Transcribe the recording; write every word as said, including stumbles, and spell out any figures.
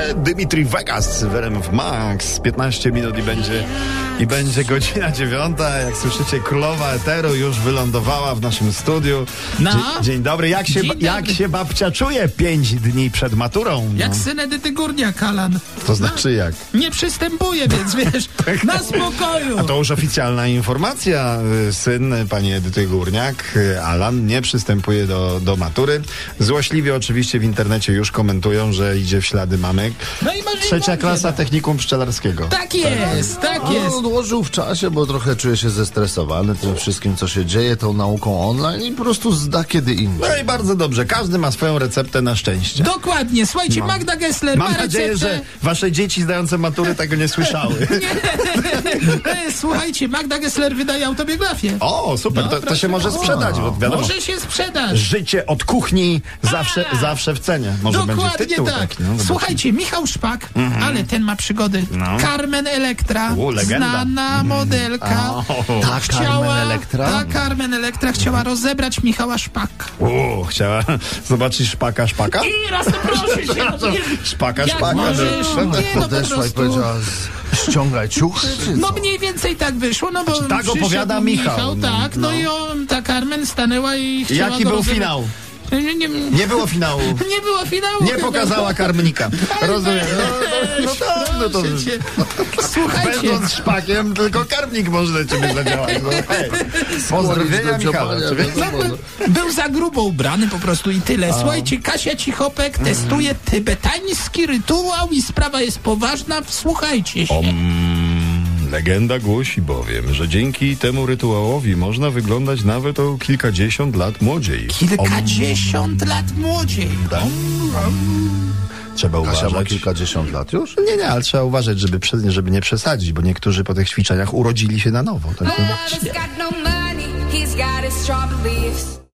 Dimitri Vegas w R M F Max. piętnaście minut i będzie, i będzie godzina dziewiąta. Jak słyszycie, królowa eteru już wylądowała w naszym studiu. No. Dzień, dzień dobry. Jak się, Dzień jak dobry. się babcia czuje pięć dni przed maturą? No. Jak syn Edyty Górniak, Alan. To znaczy jak? Nie przystępuje, więc wiesz, na spokoju. A to już oficjalna informacja. Syn pani Edyty Górniak, Alan, nie przystępuje do, do matury. Złośliwie oczywiście w internecie już komentują, że idzie w ślady mamy. No i może i Trzecia dobrze, klasa no. technikum pszczelarskiego. Tak jest, tak jest. No, odłożył w czasie, bo trochę czuje się zestresowany tym wszystkim, co się dzieje, tą nauką online i po prostu zda kiedy indziej. No i bardzo dobrze. Każdy ma swoją receptę na szczęście. Dokładnie. Słuchajcie, No. Magda Gessler Mam ma nadzieję, receptę. że wasze dzieci zdające matury tego nie słyszały. E, Słuchajcie, Magda Gessler wydaje autobiografię. O, super. No, To, to proszę się może bardzo. sprzedać, bo wiadomo. Może się sprzedać. Życie od kuchni zawsze, A! zawsze w cenie. Może będzie Dokładnie tytuł tak. taki. No, zobaczymy. Słuchajcie, Michał Szpak, ale ten ma przygody. No. Carmen Electra, U, legenda. znana modelka. O, Ta Carmen Electra? Ta Carmen Electra chciała rozebrać Michała Szpaka. U, chciała zobaczyć szpaka, szpaka? I raz to proszę cię. No, nie- Szpaka, Jak szpaka. możesz? no. Nie, no po Podeszła i prostu. powiedziała, z- ściągaj ciuchy, czy No co? mniej więcej tak wyszło, no bo tak przyszedł opowiada Michał, no, tak, no, no. i on, ta Carmen stanęła i chciała Jaki go był rozebrać. finał? Nie, nie, nie, Nie było finału. nie było finału. Nie chyba. pokazała karmnika. Rozumiem. No, no, no tak, no to... Proszę cię. Słuchajcie, Będąc szpakiem, tylko karmnik może do ciebie zadziałać. No, hej. Pozdrowienia do Michała. działania, oczywiście. wiadomo, no. był za grubo ubrany po prostu i tyle. Słuchajcie, Kasia Cichopek testuje tybetański rytuał i sprawa jest poważna. Wsłuchajcie się. Legenda głosi bowiem, że dzięki temu rytuałowi można wyglądać nawet o kilkadziesiąt lat młodziej. Kilkadziesiąt lat młodziej. Trzeba Kasia ma uważać. kilkadziesiąt lat już? Nie, nie, ale trzeba uważać, żeby, prze- żeby nie przesadzić, bo niektórzy po tych ćwiczeniach urodzili się na nowo. Tak? Mama's got no money, he's got his strawberries.